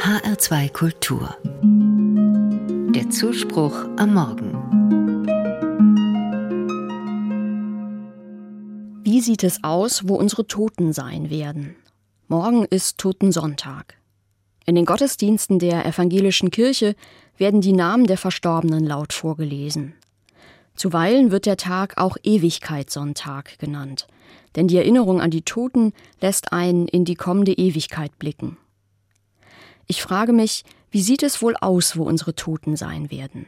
HR2 Kultur. Der Zuspruch am Morgen. Wie sieht es aus, wo unsere Toten sein werden? Morgen ist Totensonntag. In den Gottesdiensten der evangelischen Kirche werden die Namen der Verstorbenen laut vorgelesen. Zuweilen wird der Tag auch Ewigkeitssonntag genannt, denn die Erinnerung an die Toten lässt einen in die kommende Ewigkeit blicken. Ich frage mich, wie sieht es wohl aus, wo unsere Toten sein werden?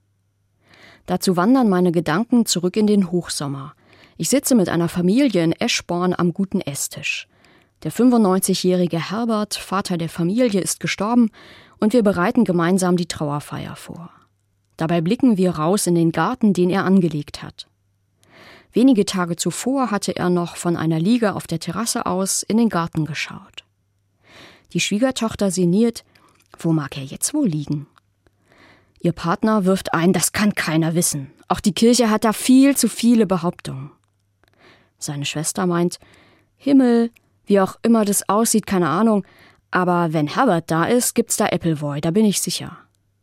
Dazu wandern meine Gedanken zurück in den Hochsommer. Ich sitze mit einer Familie in Eschborn am guten Esstisch. Der 95-jährige Herbert, Vater der Familie, ist gestorben und wir bereiten gemeinsam die Trauerfeier vor. Dabei blicken wir raus in den Garten, den er angelegt hat. Wenige Tage zuvor hatte er noch von einer Liege auf der Terrasse aus in den Garten geschaut. Die Schwiegertochter sinniert, wo mag er jetzt wohl liegen? Ihr Partner wirft ein, das kann keiner wissen. Auch die Kirche hat da viel zu viele Behauptungen. Seine Schwester meint, Himmel, wie auch immer das aussieht, keine Ahnung, aber wenn Herbert da ist, gibt's da Appleboy, da bin ich sicher.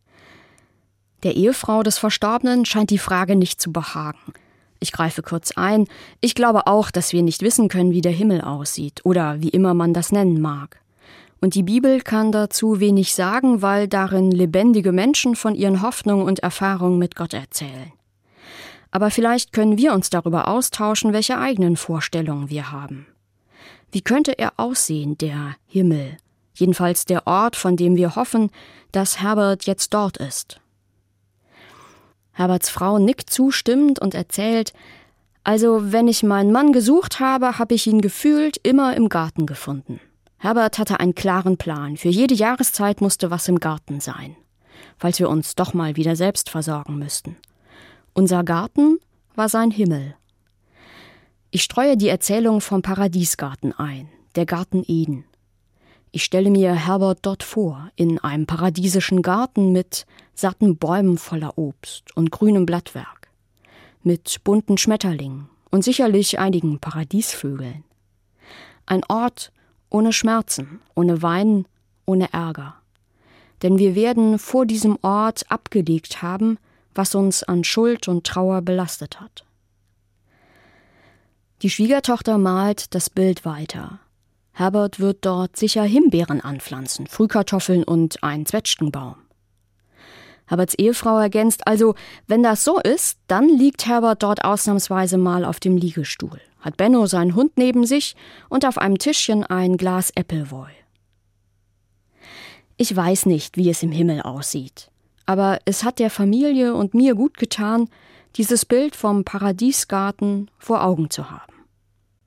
Der Ehefrau des Verstorbenen scheint die Frage nicht zu behagen. Ich greife kurz ein. Ich glaube auch, dass wir nicht wissen können, wie der Himmel aussieht oder wie immer man das nennen mag. Und die Bibel kann dazu wenig sagen, weil darin lebendige Menschen von ihren Hoffnungen und Erfahrungen mit Gott erzählen. Aber vielleicht können wir uns darüber austauschen, welche eigenen Vorstellungen wir haben. Wie könnte er aussehen, der Himmel? Jedenfalls der Ort, von dem wir hoffen, dass Herbert jetzt dort ist. Herberts Frau nickt zustimmend und erzählt, also wenn ich meinen Mann gesucht habe, habe ich ihn gefühlt immer im Garten gefunden. Herbert hatte einen klaren Plan. Für jede Jahreszeit musste was im Garten sein, falls wir uns doch mal wieder selbst versorgen müssten. Unser Garten war sein Himmel. Ich streue die Erzählung vom Paradiesgarten ein, der Garten Eden. Ich stelle mir Herbert dort vor, in einem paradiesischen Garten mit satten Bäumen voller Obst und grünem Blattwerk, mit bunten Schmetterlingen und sicherlich einigen Paradiesvögeln. Ein Ort ohne Schmerzen, ohne Weinen, ohne Ärger. Denn wir werden vor diesem Ort abgelegt haben, was uns an Schuld und Trauer belastet hat. Die Schwiegertochter malt das Bild weiter. Herbert wird dort sicher Himbeeren anpflanzen, Frühkartoffeln und einen Zwetschgenbaum. Herberts Ehefrau ergänzt, also wenn das so ist, dann liegt Herbert dort ausnahmsweise mal auf dem Liegestuhl, hat Benno seinen Hund neben sich und auf einem Tischchen ein Glas Appleboy. Ich weiß nicht, wie es im Himmel aussieht, aber es hat der Familie und mir gut getan, dieses Bild vom Paradiesgarten vor Augen zu haben.